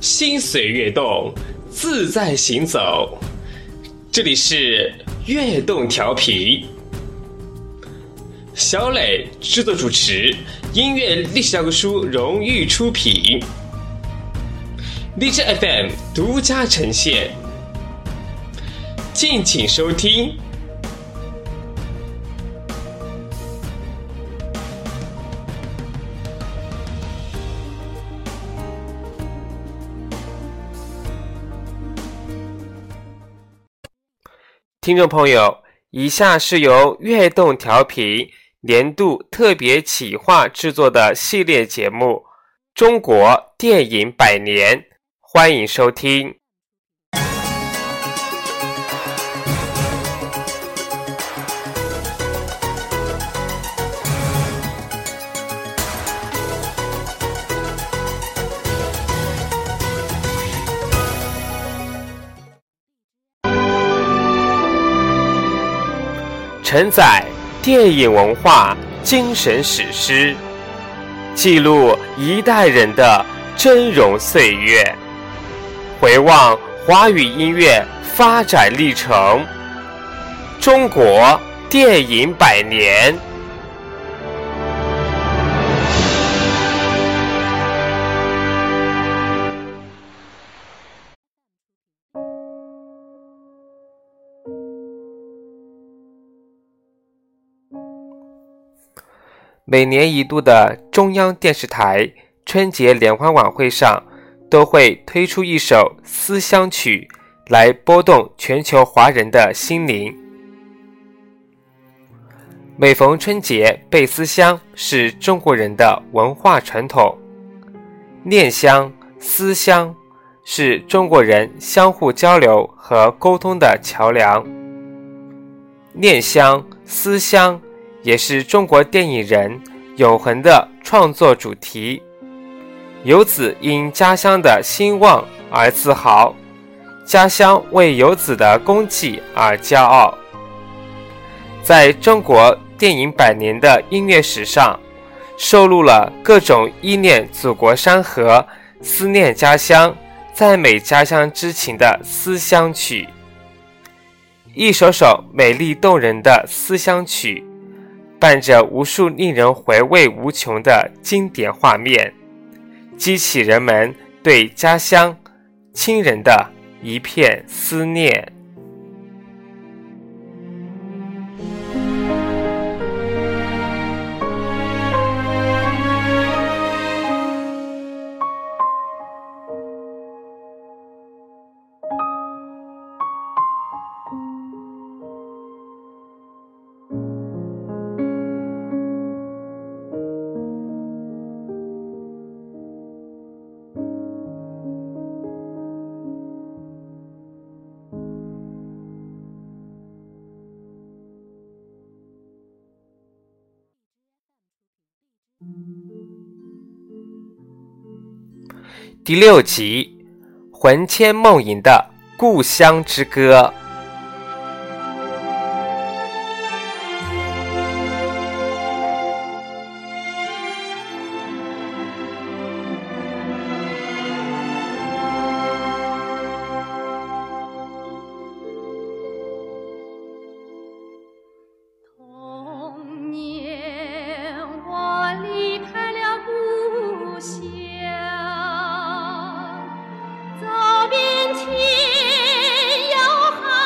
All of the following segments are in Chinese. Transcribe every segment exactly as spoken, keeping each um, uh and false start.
心随悦动，自在行走。这里是悦动调频，小磊制作主持，音乐历史教科书荣誉出品，荔枝 F M 独家呈现，敬请收听。听众朋友，以下是由悦动调频年度特别企划制作的系列节目《中国电影百年》，欢迎收听。承载电影文化精神史诗，记录一代人的峥嵘岁月，回望华语音乐发展历程。中国电影百年。每年一度的中央电视台春节联欢晚会上，都会推出一首思乡曲来拨动全球华人的心灵。每逢春节倍思乡是中国人的文化传统，念乡、思乡是中国人相互交流和沟通的桥梁。念乡、思乡也是中国电影人永恒的创作主题。游子因家乡的兴旺而自豪，家乡为游子的功绩而骄傲。在中国电影百年的音乐史上，收录了各种依念祖国山河、思念家乡、赞美家乡之情的思乡曲。一首首美丽动人的思乡曲，伴着无数令人回味无穷的经典画面，激起人们对家乡、亲人的一片思念。第六集，魂牵梦萦的故乡之歌。 走遍天涯海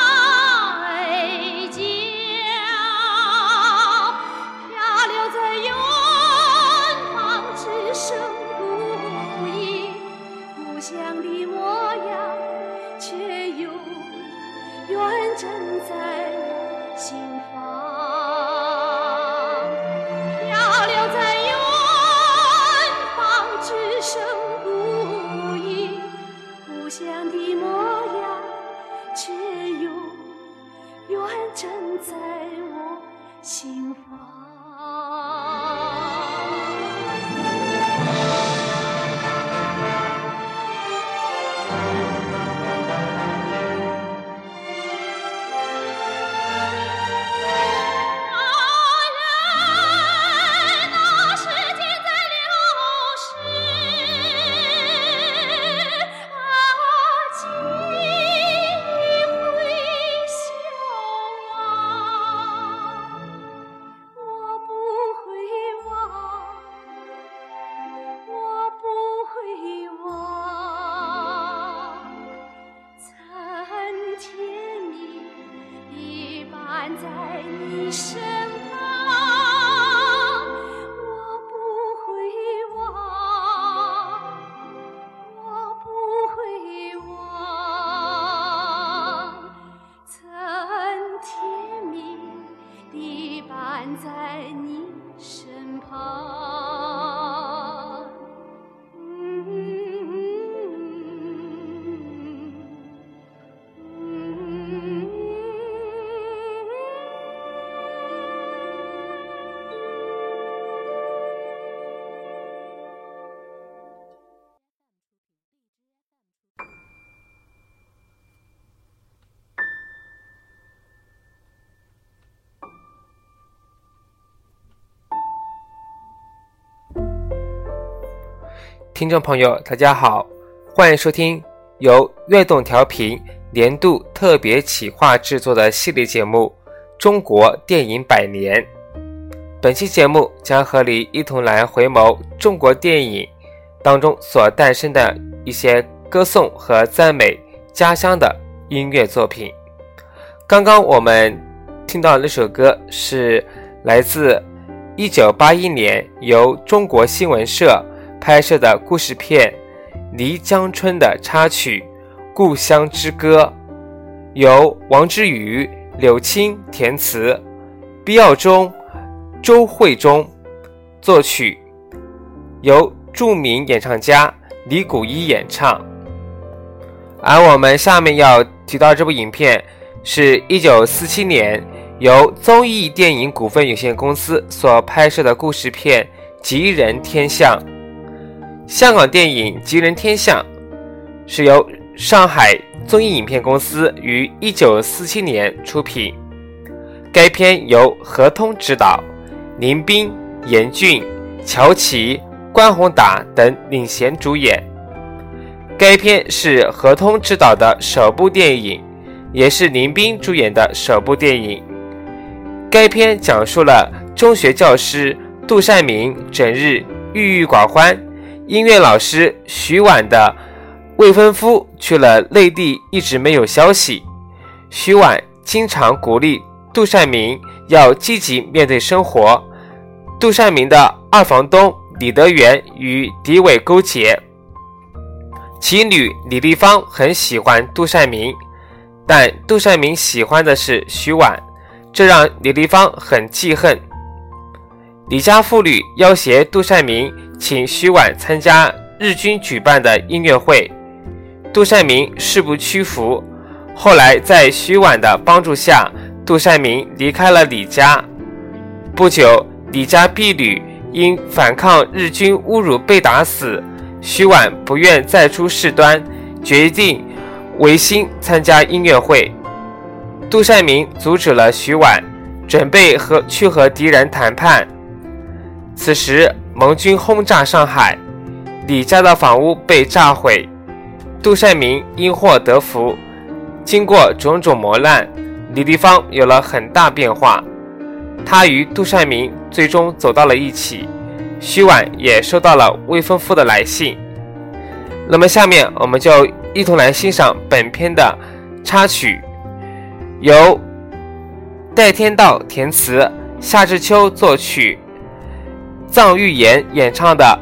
听众朋友，大家好，欢迎收听由悦动调频年度特别企划制作的系列节目《中国电影百年》。本期节目将和你一同来回眸中国电影当中所诞生的一些歌颂和赞美家乡的音乐作品。刚刚我们听到的那首歌是来自一九八一年由中国新闻社拍摄的故事片《漓江春》的插曲《故乡之歌》，由王之宇、柳青填词，毕耀中、周慧中作曲，由著名演唱家李谷一演唱。而我们下面要提到这部影片是一九四七年由综艺电影股份有限公司所拍摄的故事片《吉人天相》。香港电影《吉人天相》是由上海综艺影片公司于一九四七年出品，该片由何通执导，林彬、严俊、乔琪、关宏达等领衔主演。该片是何通执导的首部电影，也是林彬主演的首部电影。该片讲述了中学教师杜善明整日郁郁寡欢，音乐老师徐婉的未婚夫去了内地一直没有消息，徐婉经常鼓励杜善明要积极面对生活。杜善明的二房东李德元与狄伟勾结，其女李丽芳很喜欢杜善明，但杜善明喜欢的是徐婉，这让李丽芳很记恨。李家父女要挟杜善明请徐婉参加日军举办的音乐会，杜善明誓不屈服。后来在徐婉的帮助下，杜善明离开了李家。不久，李家婢女因反抗日军侮辱被打死，徐婉不愿再出事端，决定违心参加音乐会。杜善明阻止了徐婉，准备和去和敌人谈判。此时盟军轰炸上海，李家的房屋被炸毁，杜善明因祸得福。经过种种磨难，李丽芳有了很大变化，她与杜善明最终走到了一起，徐婉也收到了未婚夫的来信。那么下面我们就一同来欣赏本片的插曲，由戴天道填词，夏志秋作曲，臧玉妍演唱的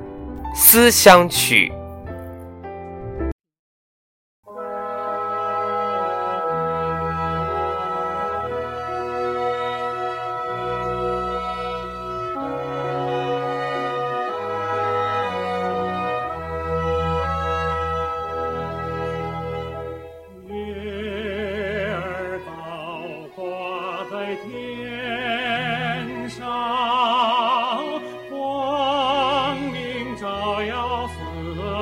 《思乡曲》。 天上光明照耀四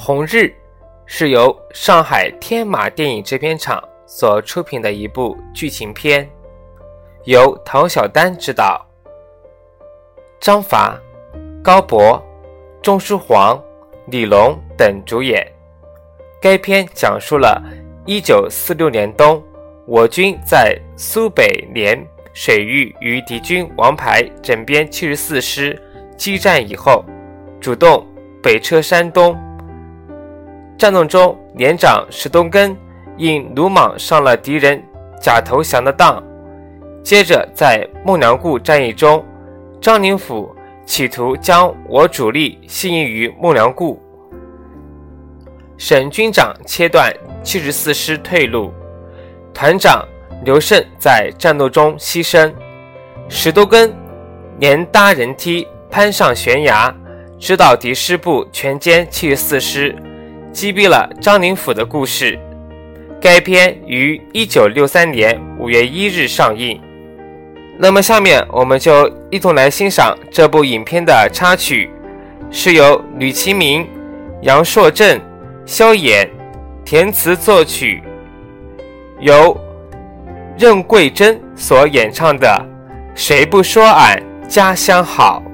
红日》是由上海天马电影制片厂所出品的一部剧情片，由陶晓丹执导，张伐、高博、钟书煌、李龙等主演。该片讲述了一九四六年冬，我军在苏北联水域与敌军王牌整编七十四师激战以后，主动北撤山东。战斗中，连长石东根因鲁莽上了敌人假投降的当。接着在孟良崮战役中，张灵甫企图将我主力吸引于孟良崮，沈军长切断七十四师退路，团长刘胜在战斗中牺牲，石东根连搭人梯攀上悬崖，直捣敌师部全歼七十四师，击毙了张灵甫的故事。该片于一九六三年五月一日上映。那么下面我们就一同来欣赏这部影片的插曲，是由吕其明、杨硕正、萧衍填词作曲，由任桂珍所演唱的《谁不说俺家乡好》。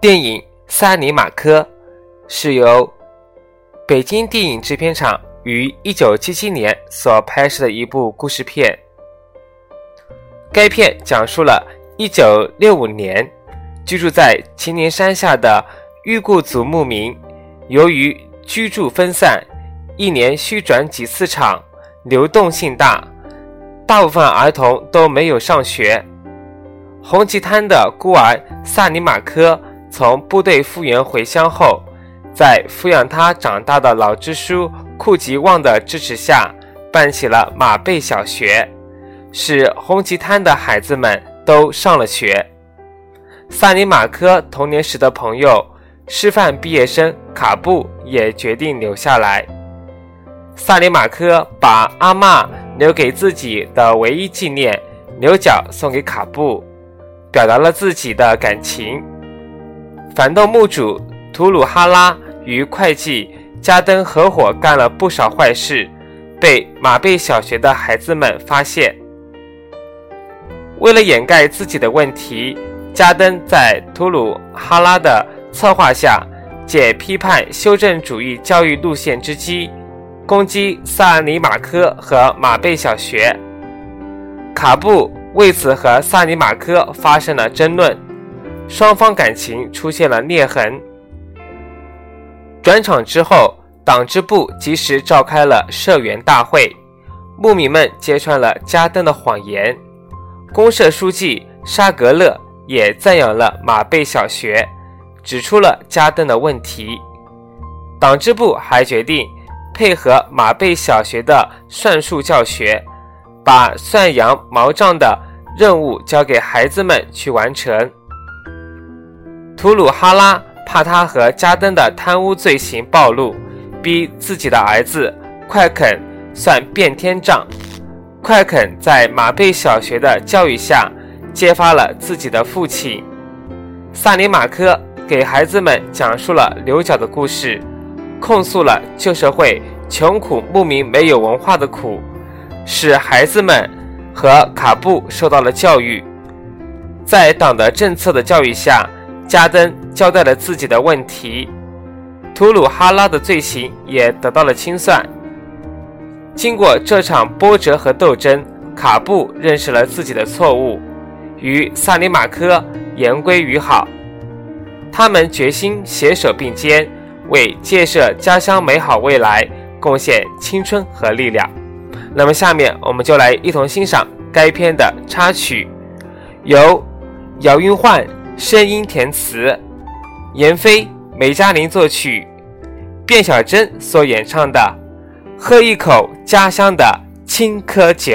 电影《萨尼马科》是由北京电影制片厂于一九七七年所拍摄的一部故事片。该片讲述了一九六五年居住在祁连山下的裕固族牧民，由于居住分散，一年需转几次场，流动性大，大部分儿童都没有上学。红旗滩的孤儿萨尼马科从部队复员回乡后，在抚养他长大的老支书库吉旺的支持下，办起了马贝小学，使红旗滩的孩子们都上了学。萨尼马科童年时的朋友师范毕业生卡布也决定留下来。萨尼马科把阿嬷留给自己的唯一纪念牛角送给卡布，表达了自己的感情。反动墓主图鲁哈拉与会计加登合伙干了不少坏事，被马贝小学的孩子们发现。为了掩盖自己的问题，加登在图鲁哈拉的策划下，借批判修正主义教育路线之机，攻击萨尼马科和马贝小学。卡布为此和萨尼马科发生了争论，双方感情出现了裂痕。转场之后，党支部及时召开了社员大会，牧民们揭穿了加登的谎言。公社书记沙格勒也赞扬了马贝小学，指出了加登的问题。党支部还决定配合马贝小学的算术教学，把算羊毛账的任务交给孩子们去完成。图鲁哈拉怕他和加登的贪污罪行暴露，逼自己的儿子快肯算变天账。快肯在马贝小学的教育下揭发了自己的父亲。萨尼马科给孩子们讲述了牛角的故事，控诉了旧社会穷苦牧民没有文化的苦，使孩子们和卡布受到了教育。在党的政策的教育下，加登交代了自己的问题，图鲁哈拉的罪行也得到了清算。经过这场波折和斗争，卡布认识了自己的错误，与萨尼马科言归于好。他们决心携手并肩，为建设家乡美好未来贡献青春和力量。那么下面我们就来一同欣赏该片的插曲，由姚云焕声音填词，闫飞、梅嘉玲作曲，卞小珍所演唱的《喝一口家乡的青稞酒》。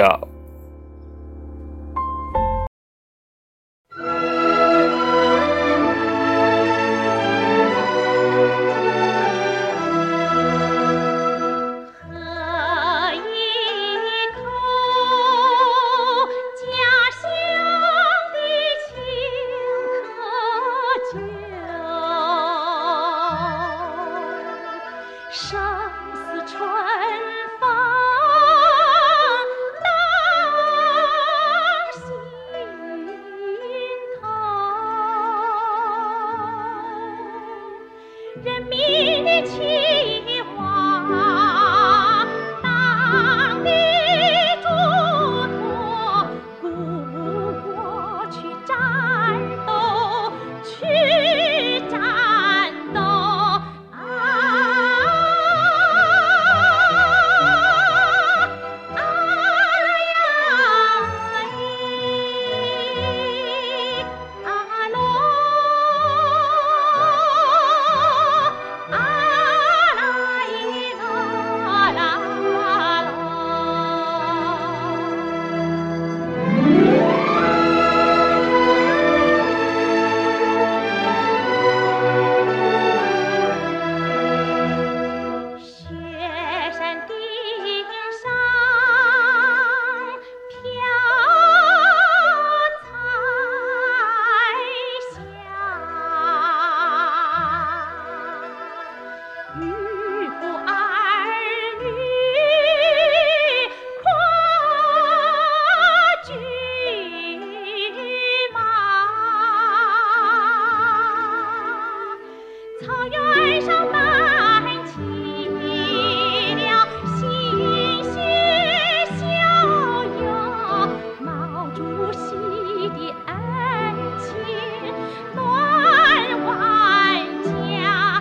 生死春芳啊草原上伴起了新鲜逍遥，毛主席的恩情暖万家。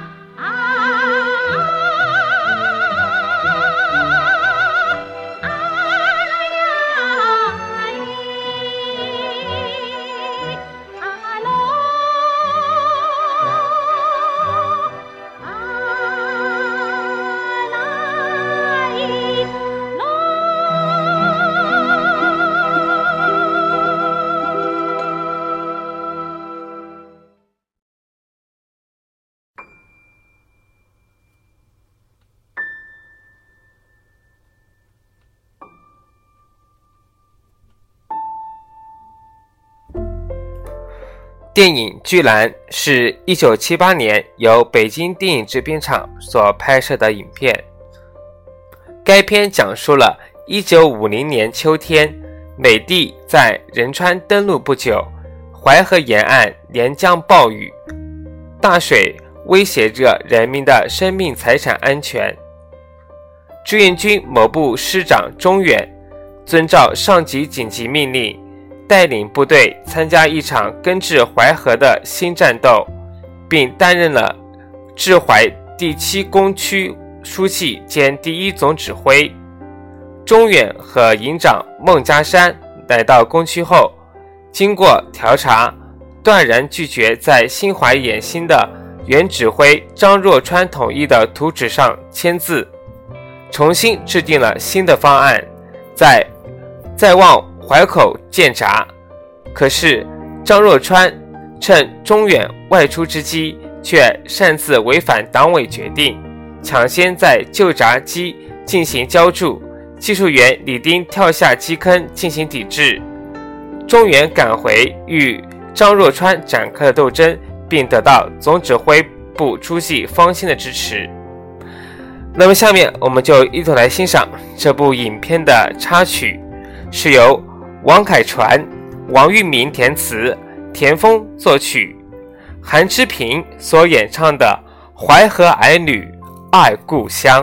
电影《巨兰》是一九七八年由北京电影制片厂所拍摄的影片。该片讲述了一九五零年秋天，美帝在仁川登陆不久，淮河沿岸连降暴雨，大水威胁着人民的生命财产安全。志愿军某部师长钟远遵照上级紧急命令，带领部队参加一场根治淮河的新战斗，并担任了治淮第七工区书记兼第一总指挥。钟远和营长孟家山来到工区后，经过调查，断然拒绝在新淮演新的原指挥张若川统一的图纸上签字，重新制定了新的方案，在在望淮口建闸。可是张若川趁中远外出之机，却擅自违反党委决定，抢先在旧闸机进行浇筑，技术员李丁跳下基坑进行抵制。中原赶回与张若川展开了斗争，并得到总指挥部书记方兴的支持。那么下面我们就一同来欣赏这部影片的插曲，是由王凯传、王玉明填词，田丰作曲，韩之平所演唱的《淮河儿女爱故乡》。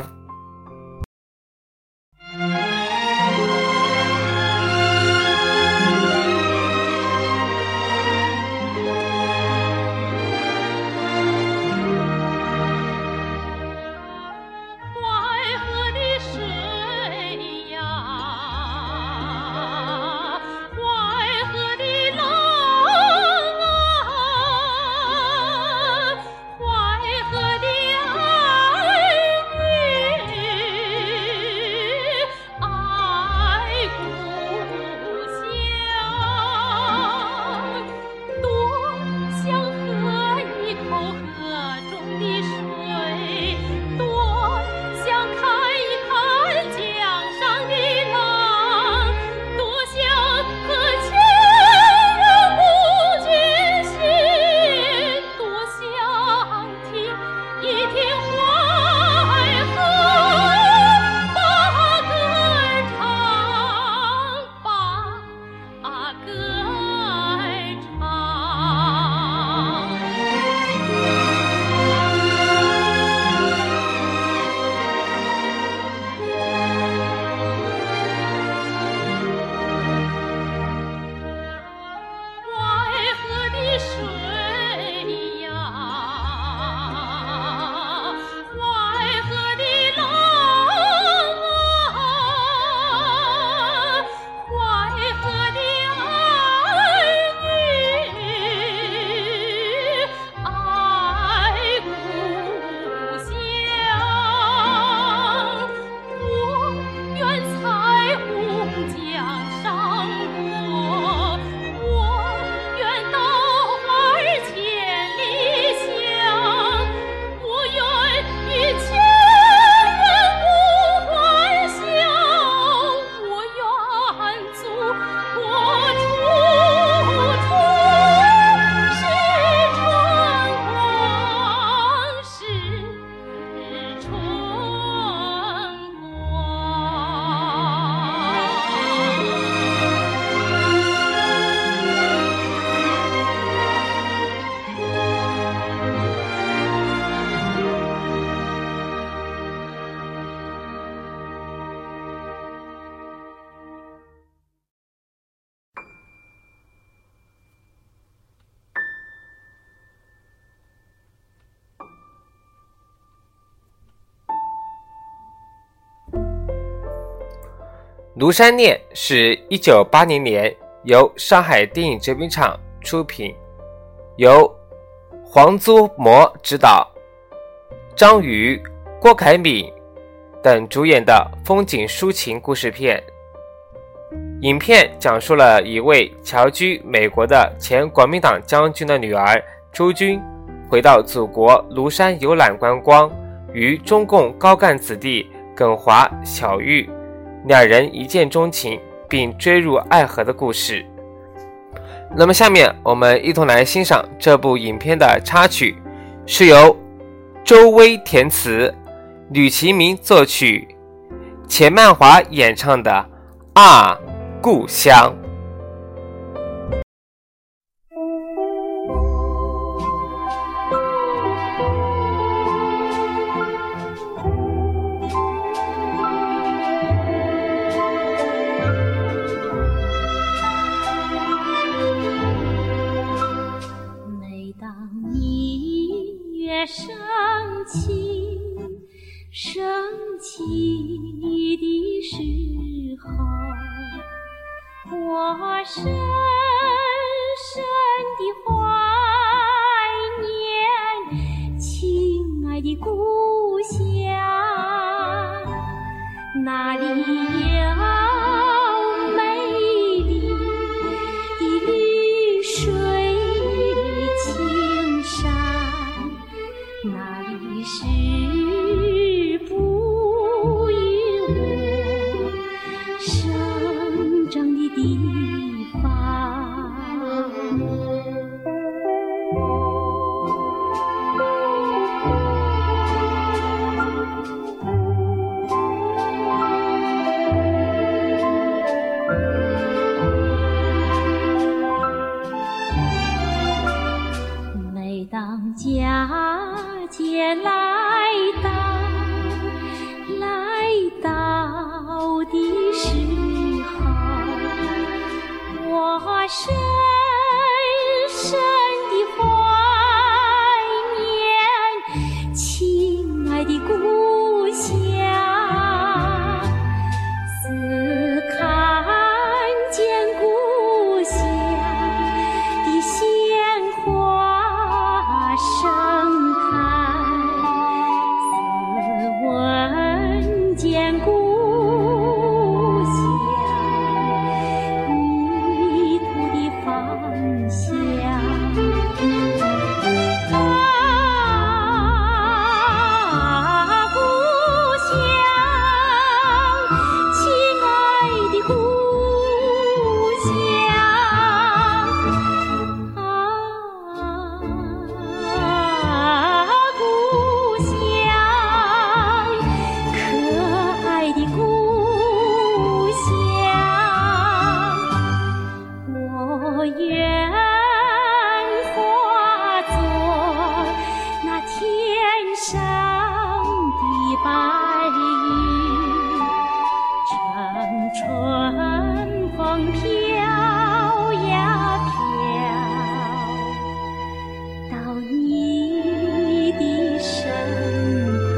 庐山恋是一九八零年由上海电影制片厂出品，由黄租模执导，张瑜、郭凯敏等主演的风景抒情故事片。影片讲述了一位侨居美国的前国民党将军的女儿朱军回到祖国庐山游览观光，与中共高干子弟耿华、小玉两人一见钟情并坠入爱河的故事。那么下面我们一同来欣赏这部影片的插曲，是由周薇填词，吕其明作曲，钱曼华演唱的《啊，故乡》。 升起，升起的时候，我深深地怀念亲爱的故乡，那里有美丽的绿水青山，那里是哺育我生长的地方。每当佳节来到来到的时候，我深深地怀念亲爱的故乡，似看见故乡的鲜花盛开，闻见故乡泥土的芳香，啊，故乡，亲爱的故乡，啊，故乡，可爱的故乡，我愿化作那天上的白云，乘春风飘呀飘，到你的身旁。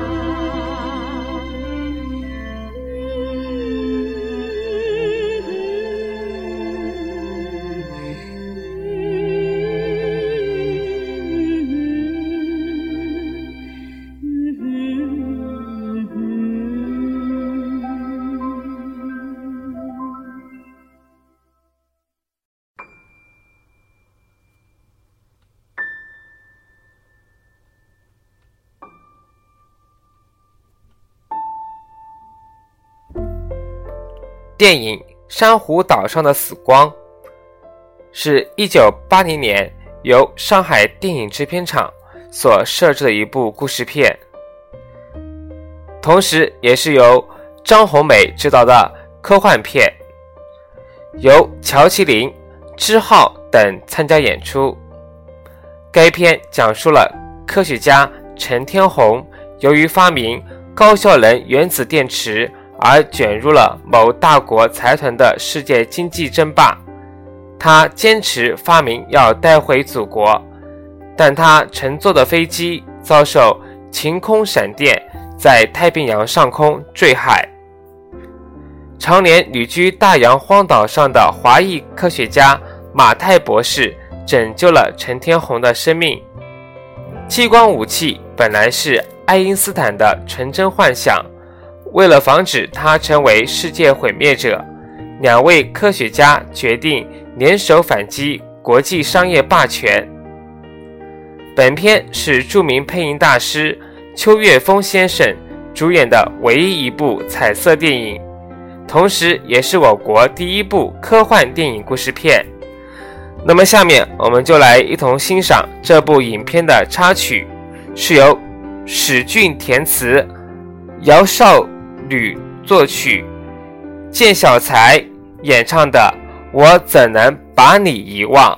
电影《珊瑚岛上的死光》是一九八零年由上海电影制片厂所摄制的一部故事片，同时也是由张红梅执导的科幻片，由乔麒麟、支浩等参加演出。该片讲述了科学家陈天虹由于发明高效能原子电池而卷入了某大国财团的世界经济争霸，他坚持发明要带回祖国，但他乘坐的飞机遭受晴空闪电，在太平洋上空坠海。 常年旅居大洋荒岛上的华裔科学家马太博士拯救了陈天红的生命。激光武器本来是爱因斯坦的纯真幻想，为了防止他成为世界毁灭者，两位科学家决定联手反击国际商业霸权。本片是著名配音大师邱岳峰先生主演的唯一一部彩色电影，同时也是我国第一部科幻电影故事片。那么下面我们就来一同欣赏这部影片的插曲，是由史俊填词，姚少吕作曲，剑小才演唱的《我怎能把你遗忘》。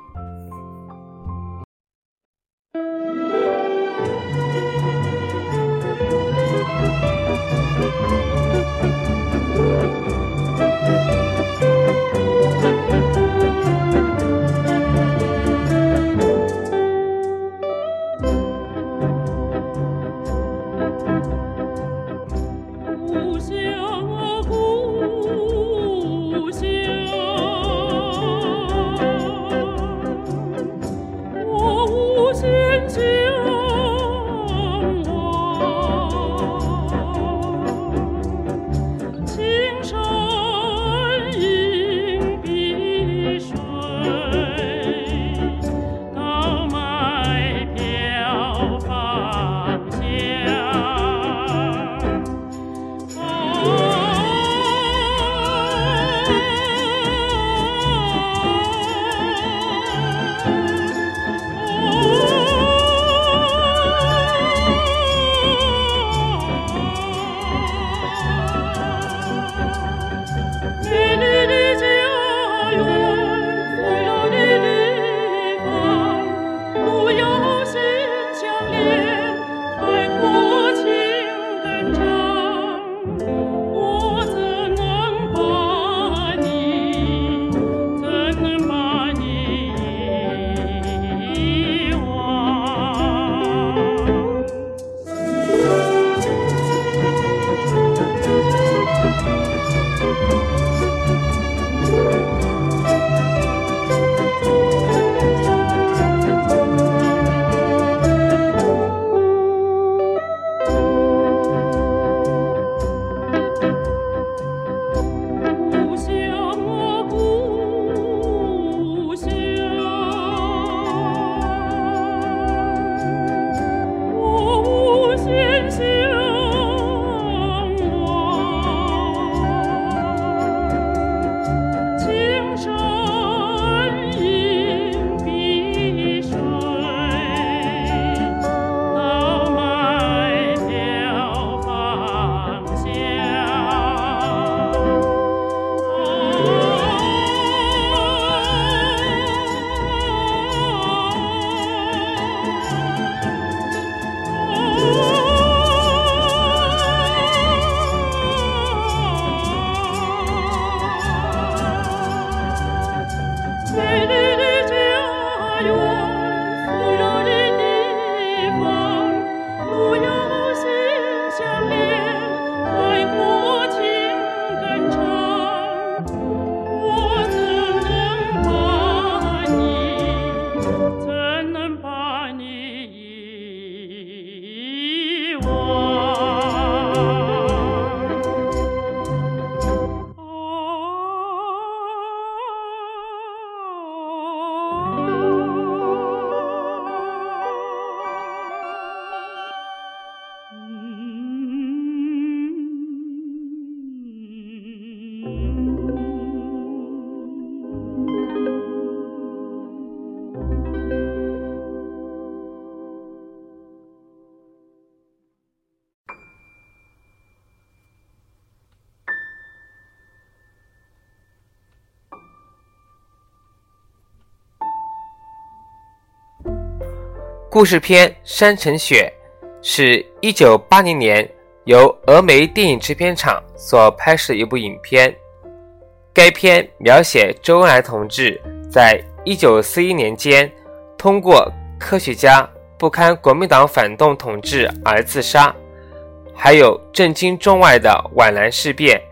故事片《山城雪》是一九八零年由峨眉电影制片厂所拍摄的一部影片。该片描写周恩来同志在一九四一年间通过科学家不堪国民党反动统治而自杀，还有震惊中外的皖南事变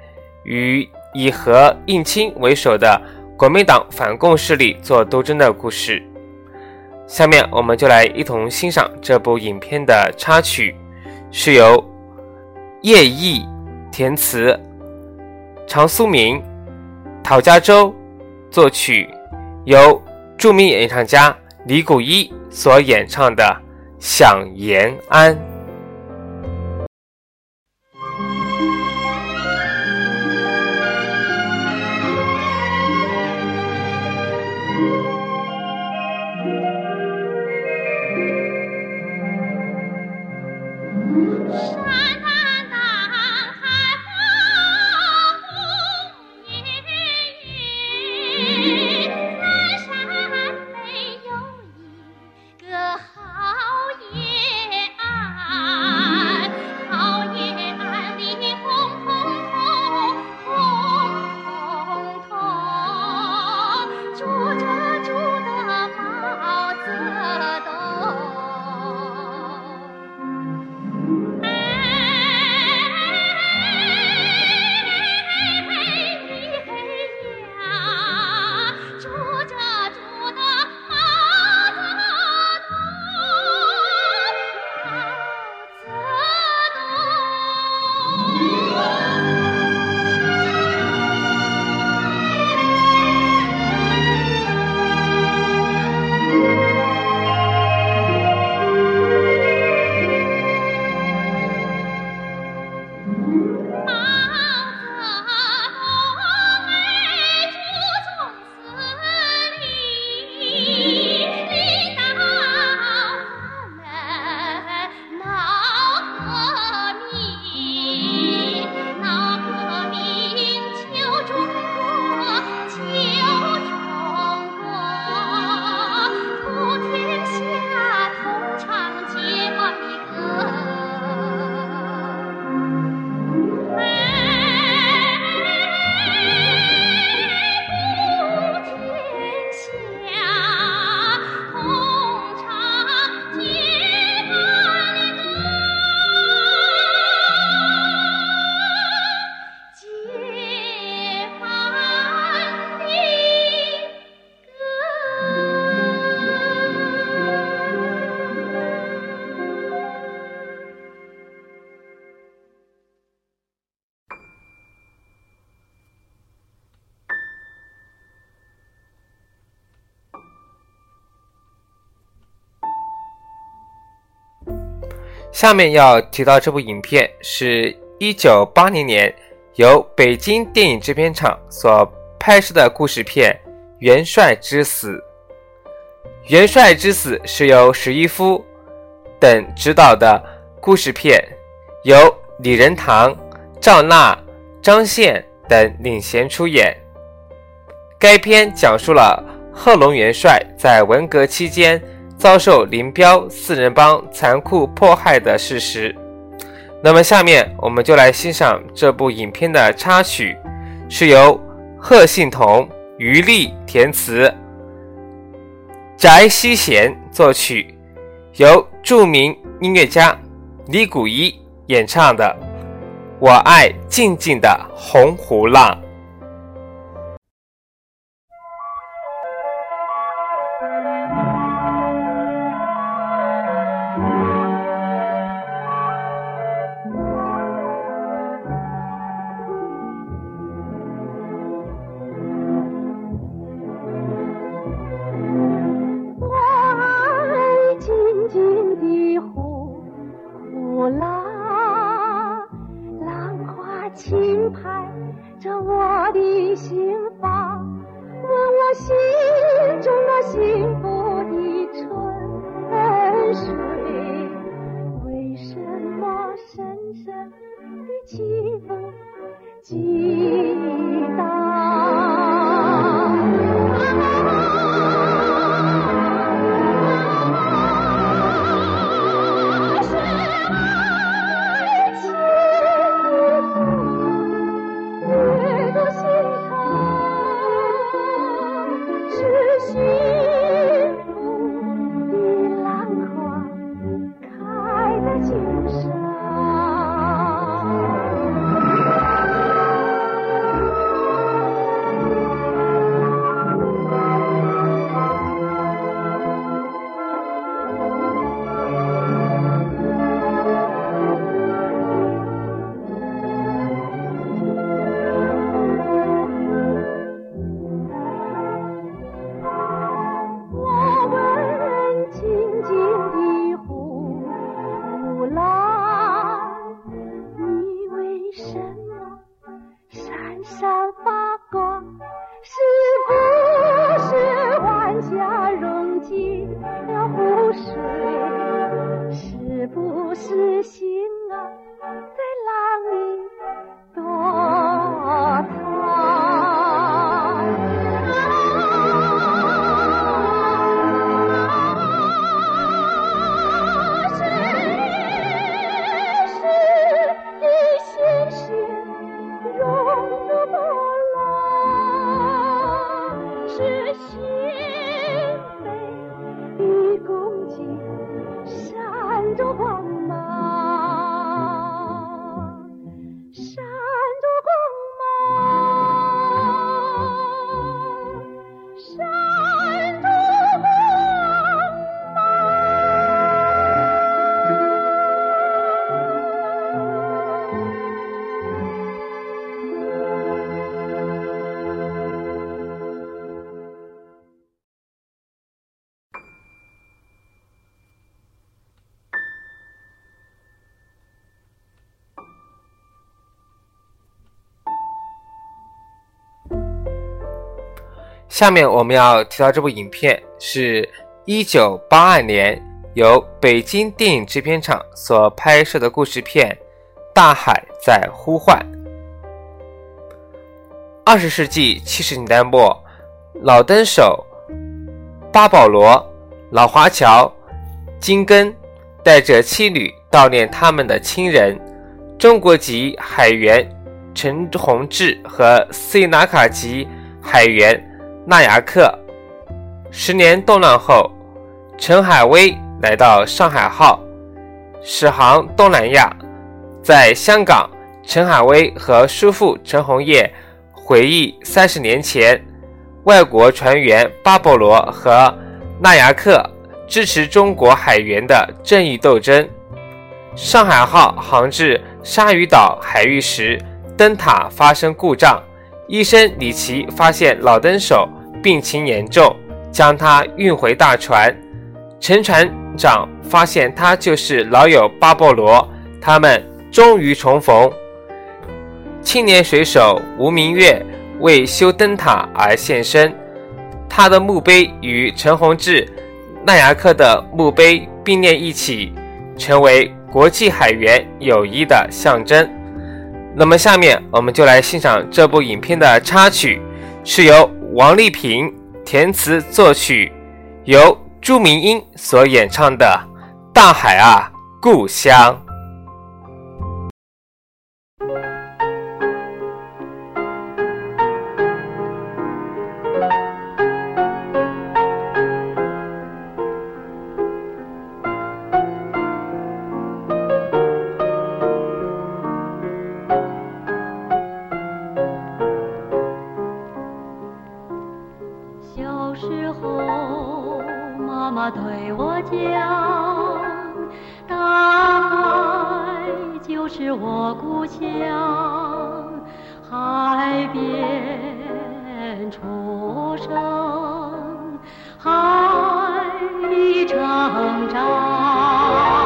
与以和应钦为首的国民党反共势力做斗争的故事。下面我们就来一同欣赏这部影片的插曲，是由叶毅填词，常苏明、陶家洲作曲，由著名演唱家李谷一所演唱的《想延安》。下面要提到这部影片是一九八零年由北京电影制片厂所拍摄的故事片《元帅之死》。《元帅之死》是由史一夫等执导的故事片，由李仁堂、赵娜、张宪等领衔出演。该片讲述了贺龙元帅在文革期间遭受林彪四人帮残酷迫害的事实。那么下面我们就来欣赏这部影片的插曲，是由贺信同、余力填词，翟希贤作曲，由著名音乐家李谷一演唱的《我爱静静的红湖浪》。 轻拍着我的心房，问我心中那幸福的春水，为什么深深的气风激荡？ 是不是心啊，在浪里躲藏？ 下面我们要提到这部影片是一九八二年由北京电影制片厂所拍摄的故事片《大海在呼唤》。二十世纪七十年代末，老登手巴保罗、老华侨、金根带着妻女悼念他们的亲人，中国籍海员陈宏志和斯里兰卡籍海员纳亚克。十年动乱后，陈海威来到上海号，驶航东南亚。在香港，陈海威和叔父陈鸿业回忆三十年前外国船员巴保罗和纳亚克支持中国海员的正义斗争。上海号航至鲨鱼岛海域时，灯塔发生故障，医生李奇发现老登手病情严重，将他运回大船。陈船长发现他就是老友巴保罗，他们终于重逢。青年水手吴明月为修灯塔而献身，他的墓碑与陈宏志、纳亚克的墓碑并列一起，成为国际海员友谊的象征。那么下面我们就来欣赏这部影片的插曲，是由王丽萍填词作曲，由朱明英所演唱的《大海啊，故乡》。 小时候，妈妈对我讲，大海就是我故乡，海边出生，海里成长。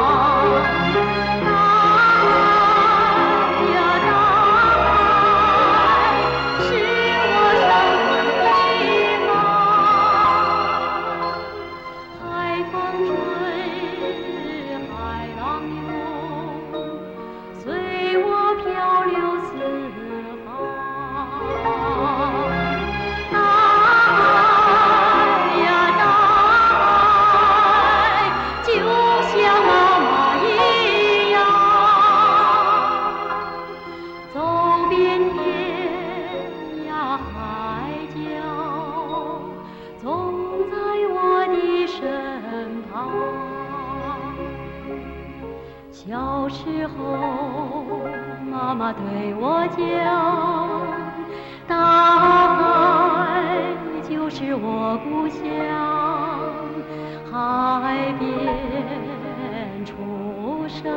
小时候，妈妈对我讲，大海就是我故乡，海边出生，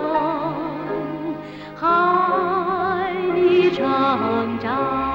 海里成长。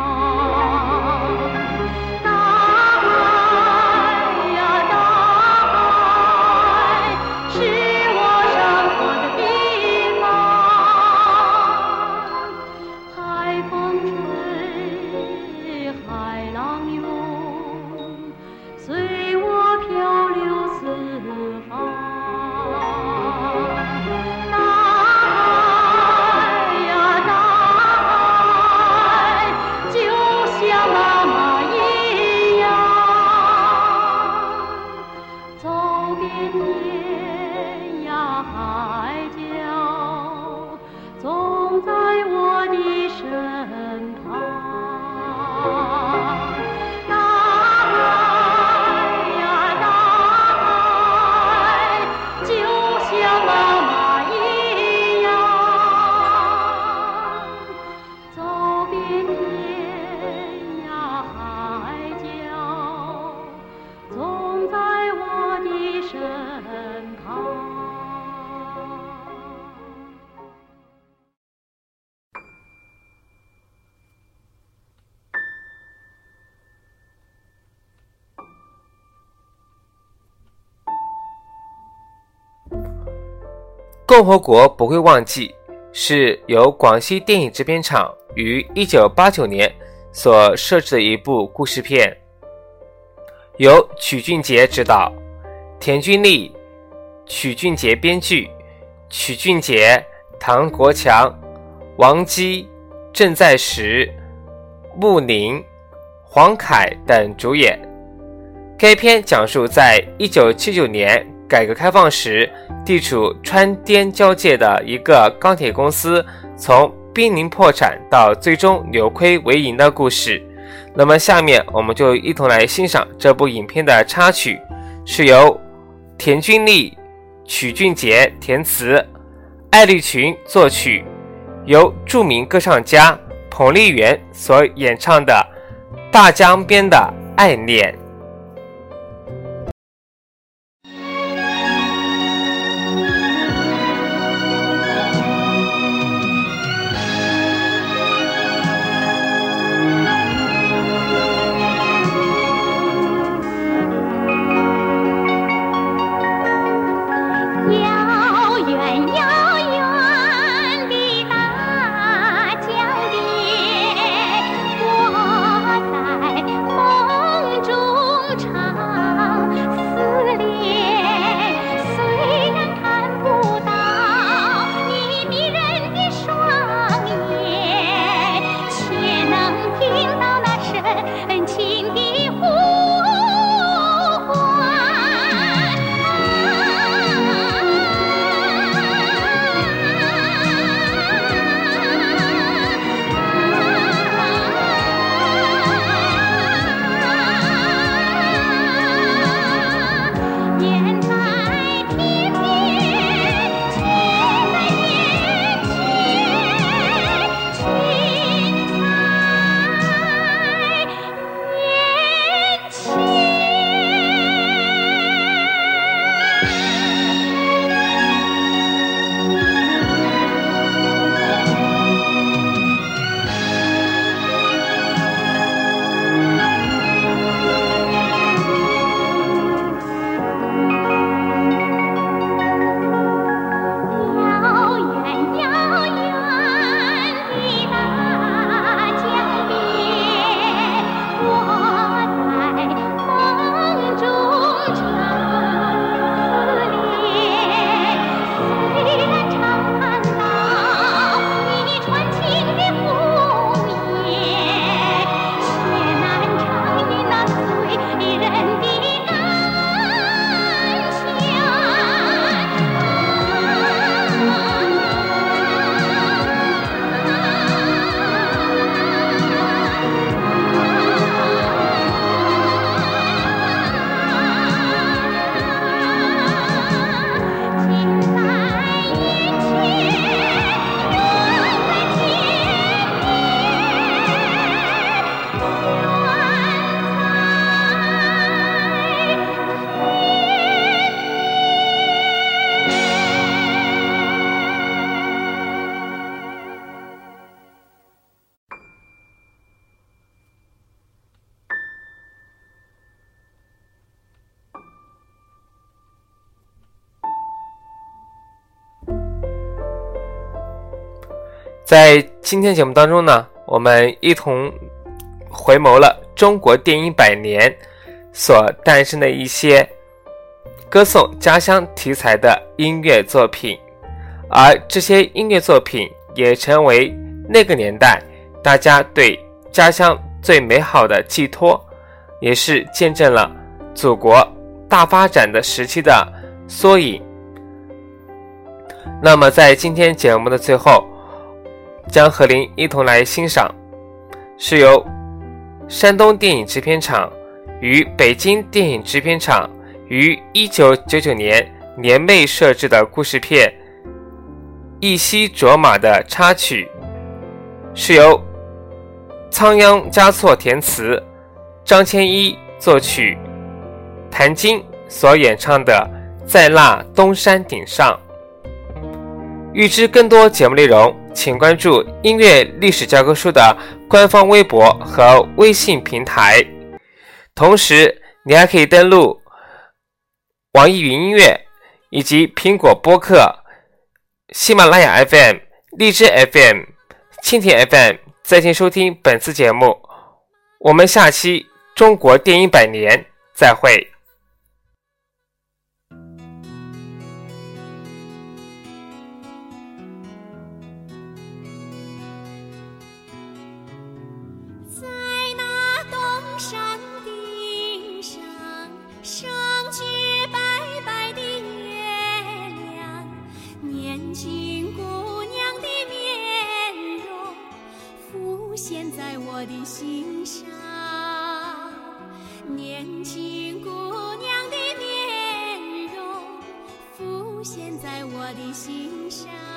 共和国不会忘记是由广西电影制片厂于一九八九年所设置的一部故事片，由曲俊杰执导，田君丽、曲俊杰编剧，曲俊杰、唐国强、王姬、郑在石、穆宁、黄凯等主演。该片讲述在一九七九年改革开放时，地处川滇交界的一个钢铁公司从濒临破产到最终扭亏为盈的故事。那么下面我们就一同来欣赏这部影片的插曲，是由田君丽、曲俊杰填词，艾立群作曲，由著名歌唱家彭丽媛所演唱的《大江边的爱恋》。在今天节目当中呢，我们一同回眸了中国电影百年所诞生的一些歌颂家乡题材的音乐作品，而这些音乐作品也成为那个年代大家对家乡最美好的寄托，也是见证了祖国大发展的时期的缩影。那么在今天节目的最后，将和您一同来欣赏是由山东电影制片厂与北京电影制片厂于一九九九年联袂摄制的故事片《一夕卓玛》的插曲，是由仓央嘉措填词，张千一作曲，谭晶所演唱的《在那东山顶上》。预知更多节目内容，请关注音乐历史教科书的官方微博和微信平台，同时你还可以登录网易云音乐以及苹果播客喜马拉雅 F M、荔枝 F M、蜻蜓 F M 在线收听本次节目。我们下期中国电影百年再会。 在那东山顶上升起白白的月亮，年轻姑娘的面容浮现在我的心上，年轻姑娘的面容浮现在我的心上。